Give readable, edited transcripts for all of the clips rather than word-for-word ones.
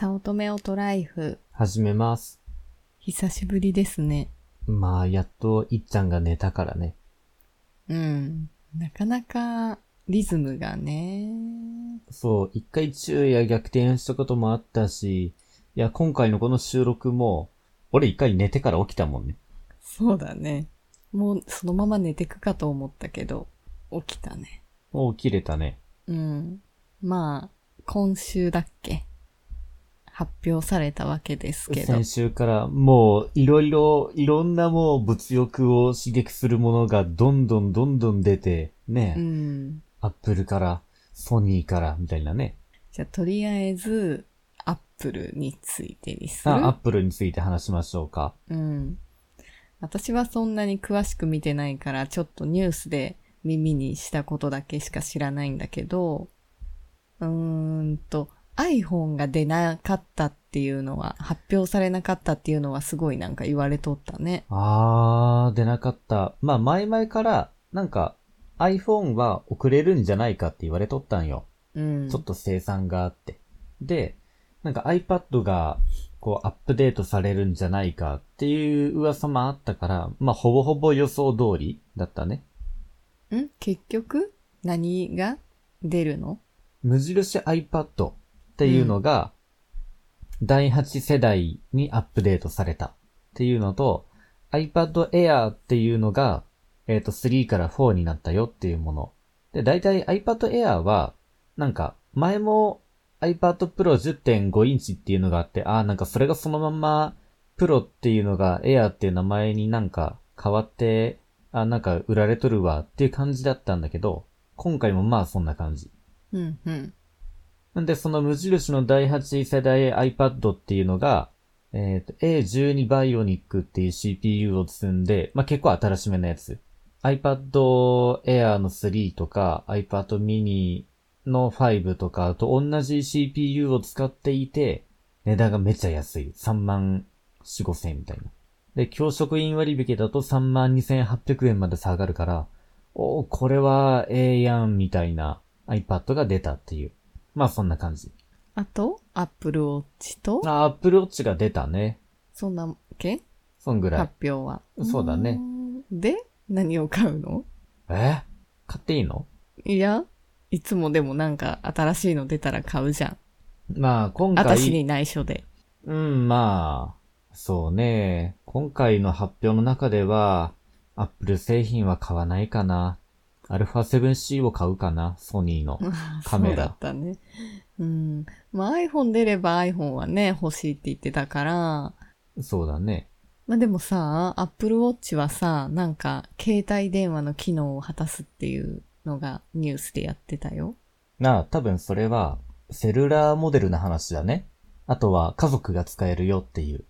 早乙女オトライフ。 始めます。 久しぶりですね。 まあ、やっといっちゃんが寝たからね。 なかなかリズムがね。 そう、一回昼夜逆転したこともあったし、いや、今回のこの収録も、俺一回寝てから起きたもんね。 そうだね。もうそのまま寝てくかと思ったけど、起きたね。 もう起きれたね。 まあ、今週だっけ発表されたわけですけど。 先週からもういろんなもう物欲を刺激するものがどんどん出て、ね。アップルから、ソニーからみたいなね。 じゃあとりあえず、アップルについてにする？ アップルについて話しましょうか。 私はそんなに詳しく見てないから、ちょっとニュースで耳にしたことだけしか知らないんだけど、iPhone が出なかったっていうのは、発表されなかったっていうのはすごいなんか言われとったね。 出なかった。まあ、前々から、なんか、iPhone は遅れるんじゃないかって言われとったんよ。ちょっと生産があって。で、なんか iPad が、こう、アップデートされるんじゃないかっていう噂もあったから、まあ、ほぼほぼ予想通りだったね。 結局何が出るの？ 無印 iPad っていうのが、第8世代にアップデートされたっていうのと、iPad Air っていうのが、3から4になったよっていうもの。で、だいたい iPad Air は、なんか、前も iPad Pro 10.5インチっていうのがあって、なんかそれがそのまんま、Pro っていうのが Air っていう名前になんか変わって、なんか売られとるわっていう感じだったんだけど、今回もまあそんな感じ。なんでその無印の第8世代 iPad っていうのが、A12 Bionic っていう CPU を積んで、まあ、結構新しめのやつ。iPad Air の3とか iPad mini の5とかと同じ CPU を使っていて、値段がめっちゃ安い。3万4、5千円みたいな。で、教職員割引だと3万2800円まで下がるから、これはええやんみたいな iPad が出たっていう。まあそんな感じ。 あと、Apple Watch と Apple Watch が出たね。 そんなっけ？ そんぐらい。 発表は。 そうだね。 で、何を買うの？ 買っていいの？ いや、いつもでもなんか新しいの出たら買うじゃん。 まあ今回。 私に内緒で。 まあ、そうね。今回の発表の中では、Apple 製品は買わないかな。α7C を買うかな。ソニーのカメラ。 そうだったね。まあ iPhone 出れば iPhone はね、欲しいって言ってたから。 そうだね。 まあでもさ、Apple Watch はさ、なんか携帯電話の機能を果たすっていうのがニュースでやってたよ。 多分それは、セルラーモデルの話だね。あとは家族が使えるよっていう。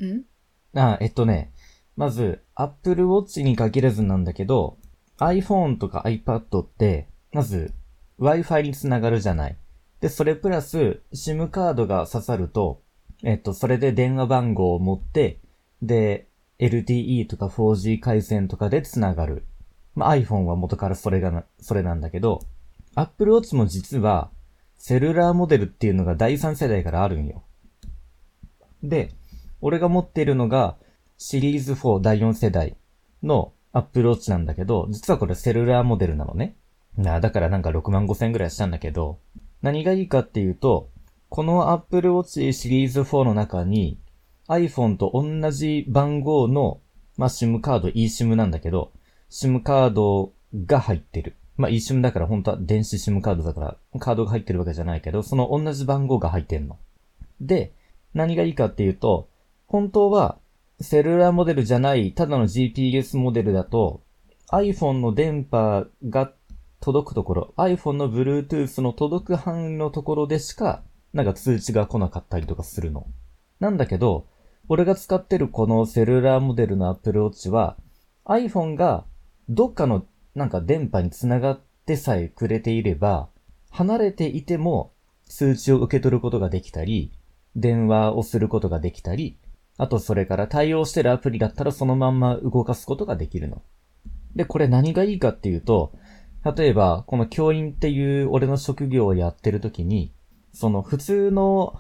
まず、Apple Watch に限らずなんだけど、iPhone とか iPad って、まず、Wi-Fi につながるじゃない。で、それプラス、SIM カードが刺さると、それで電話番号を持って、で、LTE とか 4G 回線とかでつながる。まあ、iPhone は元からそれなんだけど、Apple Watch も実は、セルラーモデルっていうのが第3世代からあるんよ。で、俺が持っているのが、シリーズ4第4世代の Apple Watch なんだけど、実はこれセルラーモデルなのね。だからなんか6万5千ぐらいしたんだけど、何がいいかっていうと、この Apple Watch シリーズ4の中に iPhone と同じ番号の、SIM カード eSIM なんだけど、SIM カードが入ってる。eSIM だから本当は電子 SIM カードだからカードが入ってるわけじゃないけど、その同じ番号が入ってんの。で、何がいいかっていうと、本当はセルラーモデルじゃないただの GPS モデルだと iPhone の電波が届くところ、iPhone の Bluetooth の届く範囲のところでしかなんか通知が来なかったりとかするの。なんだけど、俺が使ってるこのセルラーモデルの Apple Watch は iPhone がどっかのなんか電波につながってさえくれていれば、離れていても通知を受け取ることができたり、電話をすることができたり、あとそれから対応してるアプリだったらそのまんま動かすことができるの。で、これ何がいいかっていうと、例えばこの教員っていう俺の職業をやってるときに、その普通の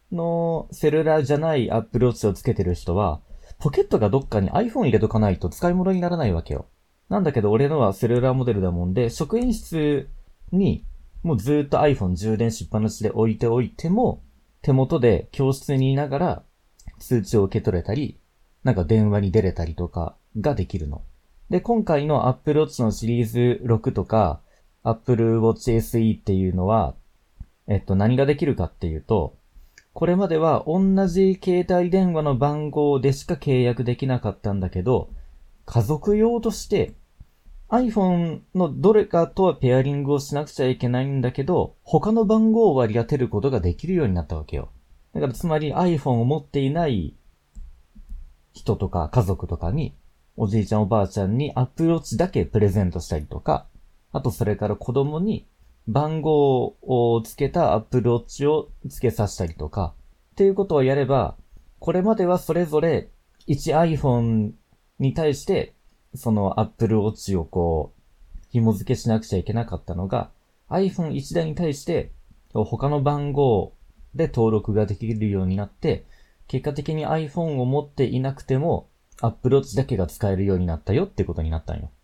のセルラーじゃない Apple Watch をつけてる人は、ポケットがどっかに iPhone 入れとかないと使い物にならないわけよ。なんだけど俺のはセルラーモデルだもんで、職員室にもうずーっと iPhone 充電しっぱなしで置いておいても、手元で教室にいながら通知を受け取れたり、なんか電話に出れたりとかができるの。で、今回の Apple Watch のシリーズ6とか、Apple Watch SE っていうのは、何ができるかっていうと、これまでは同じ携帯電話の番号でしか契約できなかったんだけど、家族用として iPhone のどれかとはペアリングをしなくちゃいけないんだけど、他の番号を割り当てることができるようになったわけよ。だからつまり iPhone を持っていない人とか家族とかに、おじいちゃんおばあちゃんに Apple Watch だけプレゼントしたりとか、あとそれから子供に番号をつけた Apple Watch をつけさせたりとか、っていうことをやれば、これまではそれぞれ1 iPhone に対して、その Apple Watch をこう、紐付けしなくちゃいけなかったのが、iPhone 1台に対して他の番号で登録ができるようになって、結果的に iPhone を持っていなくても Apple Watch だけが使えるようになったよってことになったんよ。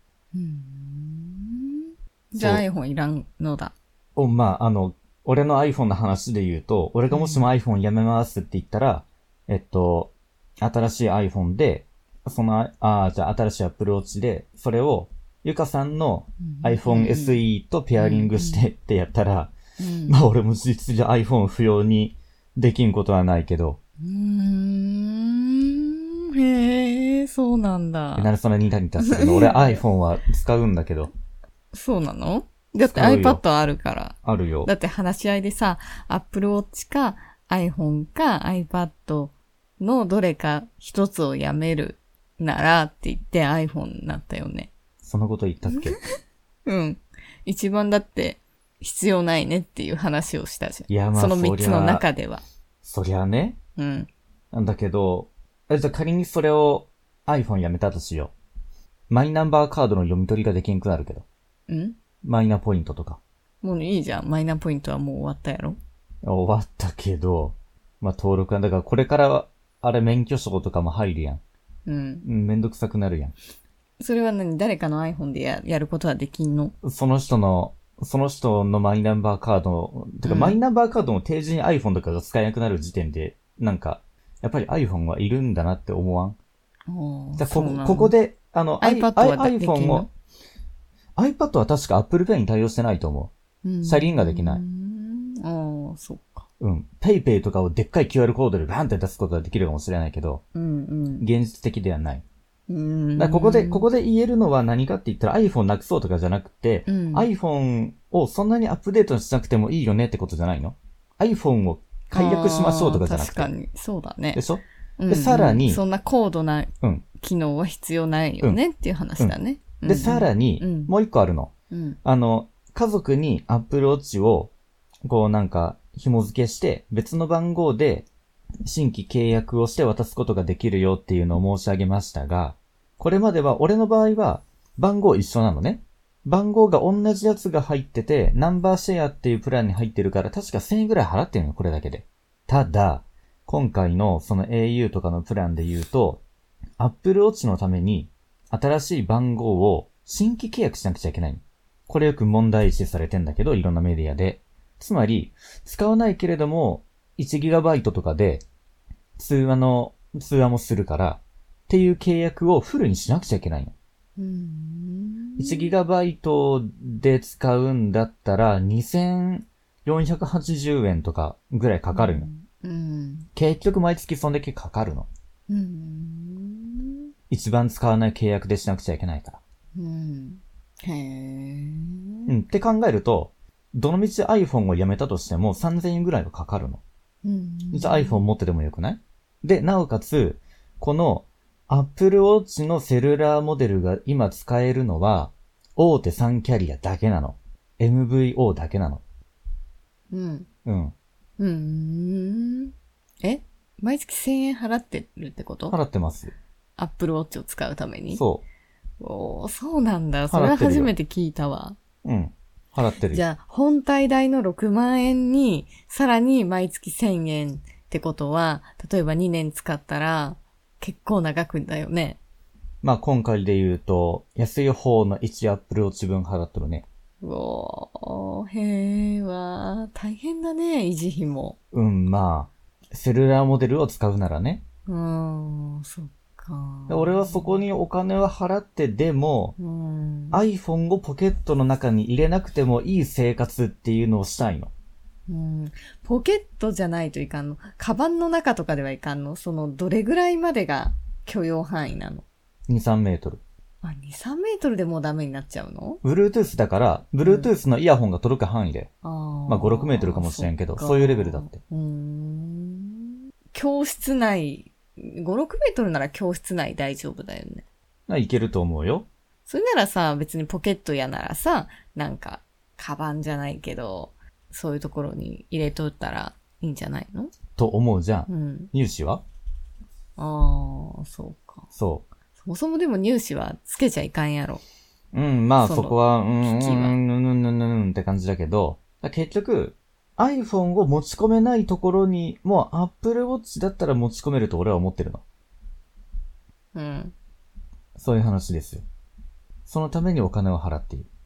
じゃあ iPhone いらんのだ。 まあ、俺の iPhone の話で言うと、俺がもしも iPhone やめますって言ったら、新しい iPhone で、じゃあ新しい Apple Watch で、それを、ゆかさんの iPhone SE とペアリングしてってやったら、まあ俺も実際 iPhone 不要にできんことはないけど。 へえ、そうなんだ。 なるそんなニタニタするの。俺 iPhone は使うんだけど。 そうなの？だって iPad あるから。 あるよ。 だって話し合いでさ、Apple Watch か iPhone か iPad のどれか一つをやめるならって言って iPhone になったよね。 そんなこと言ったっけ？ うん。一番だって必要ないねっていう話をしたじゃん。 いやまあその3つの中では。 そりゃね。 うん。 なんだけど、じゃあ仮にそれを iPhone やめたとしよう。マイナンバーカードの読み取りができんくなるけど。マイナポイントとか。 もういいじゃん。マイナポイントはもう終わったやろ？ 終わったけど、まあ登録は、だからこれからは、あれ免許証とかも入るやん。めんどくさくなるやん。 それは誰かの iPhone でやることはできんの？ その人のマイナンバーカード、てかマイナンバーカードの提示に iPhone とかが使えなくなる時点で、なんか、やっぱり iPhone はいるんだなって思わん？じゃここで、 iPad はできんの？ iPhone を、iPad は確か Apple Pay に対応してないと思う。車輪ができない。 そっか。 PayPay とかをでっかい QR コードでバーンって出すことができるかもしれないけど、現実的ではない。だここで言えるのは何かって言ったら iPhone なくそうとかじゃなくて、iPhone をそんなにアップデートしなくてもいいよねってことじゃないの？ iPhone を解約しましょうとかじゃなくて。 確かに、そうだね。 でしょ？で、さらに、 そんな高度な機能は必要ないよねっていう話だね。 で、さらに、もう一個あるの。家族に Apple Watch を、こうなんか、紐付けして、別の番号で、新規契約をして渡すことができるよっていうのを申し上げましたが、これまでは、俺の場合は、番号一緒なのね。番号が同じやつが入ってて、ナンバーシェアっていうプランに入ってるから、確か1000円ぐらい払ってるの、これだけで。ただ、今回のその au とかのプランで言うと、Apple Watch のために、新しい番号を新規契約しなくちゃいけない。これよく問題視されてんだけど、いろんなメディアで。つまり、使わないけれども、1GB とかで、通話もするから、っていう契約をフルにしなくちゃいけないの。1GB で使うんだったら、2480円とかぐらいかかるの。結局毎月そんだけかかるの。一番使わない契約でしなくちゃいけないから。って考えると、どのみち iPhone をやめたとしても3000円ぐらいはかかるの。じゃあ iPhone 持っててもよくない？で、なおかつ、この Apple Watch のセルラーモデルが今使えるのは、大手3キャリアだけなの。MVO だけなの。 毎月1000円払ってるってこと？ 払ってます。 Apple Watch を使うために？ そう。 そうなんだ。それは初めて聞いたわ。 払ってる。 じゃあ、本体代の6万円に、さらに毎月1000円ってことは、例えば2年使ったら結構長くんだよね。 まあ今回で言うと、安い方の1アップルウォッチ分払っとるね。 うおー、へーわー、大変だね、維持費も。 まあ、セルラーモデルを使うならね。 そっか。 俺はそこにお金を払ってでも、iPhone をポケットの中に入れなくてもいい生活っていうのをしたいの。 ポケットじゃないといかんの？カバンの中とかではいかんの？どれぐらいまでが許容範囲なの？ 2、3メートル。 2、3メートルでもうダメになっちゃうの？ Bluetooth だから、Bluetooth のイヤホンが届く範囲で。まあ5、6メートルかもしれんけど、そういうレベルだって。 教室内、5、6メートルなら教室内大丈夫だよね。 いけると思うよ。 それならさ、別にポケットやならさ、なんか、カバンじゃないけど、そういうところに入れとったらいいんじゃないの？ と思うじゃん。入試は？ そうか。 そう。 そもそもでも入試はつけちゃいかんやろ。 まあそこは、って感じだけど、結局、iPhone を持ち込めないところに、もう Apple Watch だったら持ち込めると俺は思ってるの。そういう話ですよ。そのためにお金を払っている。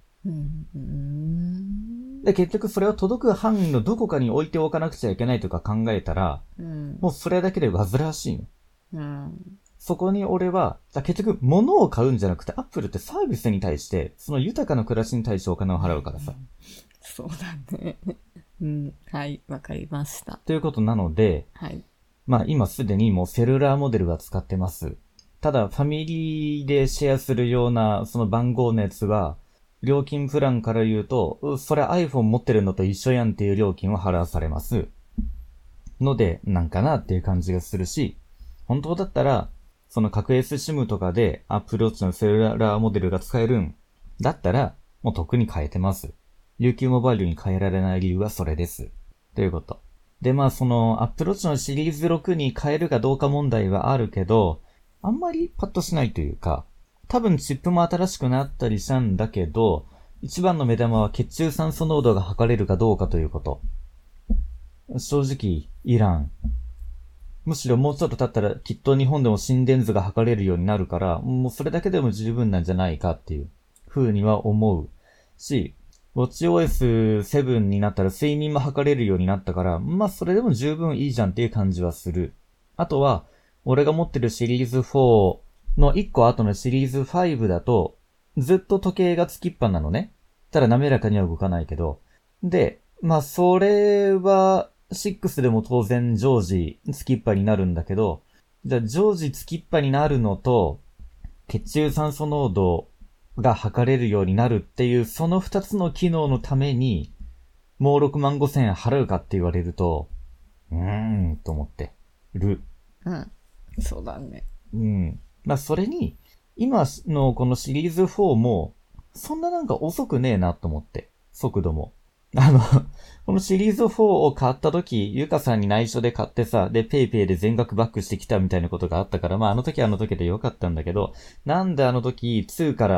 で、結局それを届く範囲のどこかに置いておかなくちゃいけないとか考えたら、もうそれだけで煩わしいの。そこに俺は、結局物を買うんじゃなくて、Apple ってサービスに対して、その豊かな暮らしに対してお金を払うからさ。 そうだね。はい、わかりました。 ということなので、 はい。 まあ今すでにもうセルラーモデルは使ってます。ただ、ファミリーでシェアするような、その番号のやつは、料金プランから言うと、それ iPhone 持ってるのと一緒やんっていう料金を払わされます。ので、なんかなっていう感じがするし、本当だったら、その格 SIM とかで Apple Watch のセルラーモデルが使えるんだったら、もう特に変えてます。UQ モバイルに変えられない理由はそれです。ということ。で、まあその Apple Watch のシリーズ6に変えるかどうか問題はあるけど、あんまりパッとしないというか、多分チップも新しくなったりしたんだけど、一番の目玉は血中酸素濃度が測れるかどうかということ。正直、いらん。むしろもうちょっと経ったらきっと日本でも心電図が測れるようになるから、もうそれだけでも十分なんじゃないかっていう風には思うし、WatchOS7 になったら睡眠も測れるようになったから、まあそれでも十分いいじゃんっていう感じはする。あとは、俺が持ってるシリーズ4の1個後のシリーズ5だと、ずっと時計がつきっぱなのね。ただ滑らかには動かないけど。で、まあそれは、6でも当然常時つきっぱになるんだけど、じゃあ常時つきっぱになるのと、血中酸素濃度が測れるようになるっていう、その2つの機能のために、もう65,000円払うかって言われると、と思ってる。 そうだね。 まあそれに、今のこのシリーズ4も、そんななんか遅くねえなと思って、速度も。このシリーズ4を買った時、ゆかさんに内緒で買ってさ、で、ペイペイで全額バックしてきたみたいなことがあったから、まああの時でよかったんだけど、なんであの時2から、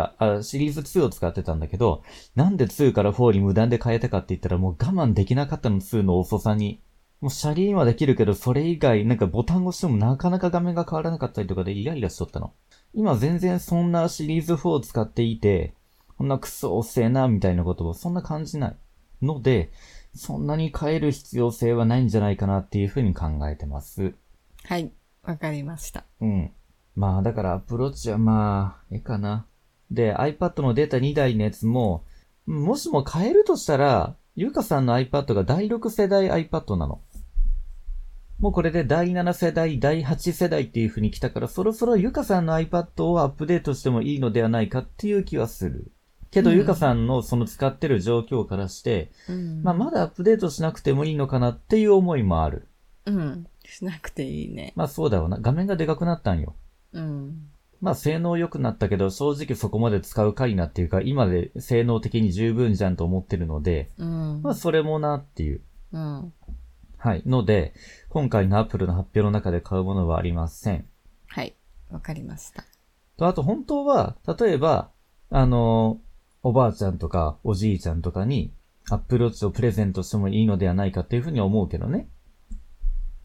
シリーズ2を使ってたんだけど、なんで2から4に無断で変えたかって言ったらもう我慢できなかったの2の遅さに。もう車輪はできるけど、それ以外、なんかボタン押してもなかなか画面が変わらなかったりとかでイライラしとったの。今全然そんなシリーズ4を使っていて、こんなクソ遅えな、みたいなことをそんな感じない。ので、そんなに変える必要性はないんじゃないかなっていうふうに考えてます。 はい、わかりました。 まあだからアプローチはまあ、かな。で、iPad のデータ2台のやつも、もしも変えるとしたら、ゆかさんの iPad が第6世代 iPad なの。もうこれで第7世代、第8世代っていう風に来たから、そろそろゆかさんの iPad をアップデートしてもいいのではないかっていう気はする。けど、ゆかさんのその使ってる状況からして、まだアップデートしなくてもいいのかなっていう思いもある。 しなくていいね。 まあそうだよな。画面がでかくなったんよ。まあ性能良くなったけど、正直そこまで使うかいなっていうか、今で性能的に十分じゃんと思ってるので、まあそれもなっていう。はい。ので、今回の Apple の発表の中で買うものはありません。 はい。わかりました。 あと本当は、例えば、おばあちゃんとかおじいちゃんとかに Apple Watch をプレゼントしてもいいのではないかっていうふうに思うけどね。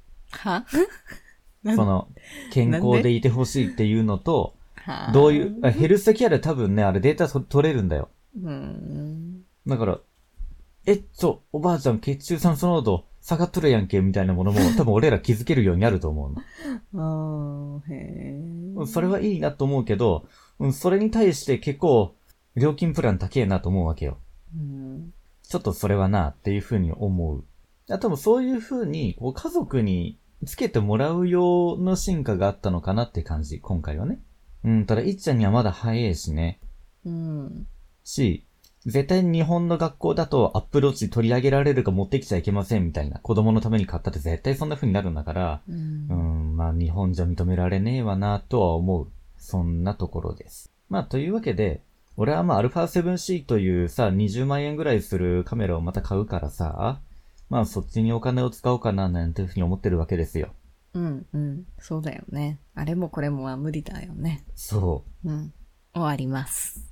はその、健康でいてほしいっていうのと、 はどういう、ヘルスケアで多分ね、あれデータ取れるんだよ。だから、おばあちゃん血中酸素濃度下がっとるやんけ、みたいなものも多分俺ら気づけるようになると思うの。への。それはいいなと思うけど、それに対して結構、料金プラン高えなと思うわけよ。ちょっとそれはな、っていうふうに思う。多分そういうふうに、こう家族につけてもらう用の進化があったのかなって感じ、今回はね。ただ、いっちゃんにはまだ早いしね。絶対に日本の学校だとアップルウォッチ取り上げられるか持ってきちゃいけませんみたいな。子供のために買ったって絶対そんな風になるんだから、まあ日本じゃ認められねえわなとは思う。そんなところです。まあというわけで、俺はまあ α7C というさ、20万円ぐらいするカメラをまた買うからさ、まあそっちにお金を使おうかななんていう風に思ってるわけですよ。 そうだよね。あれもこれもは無理だよね。 そう。 終わります。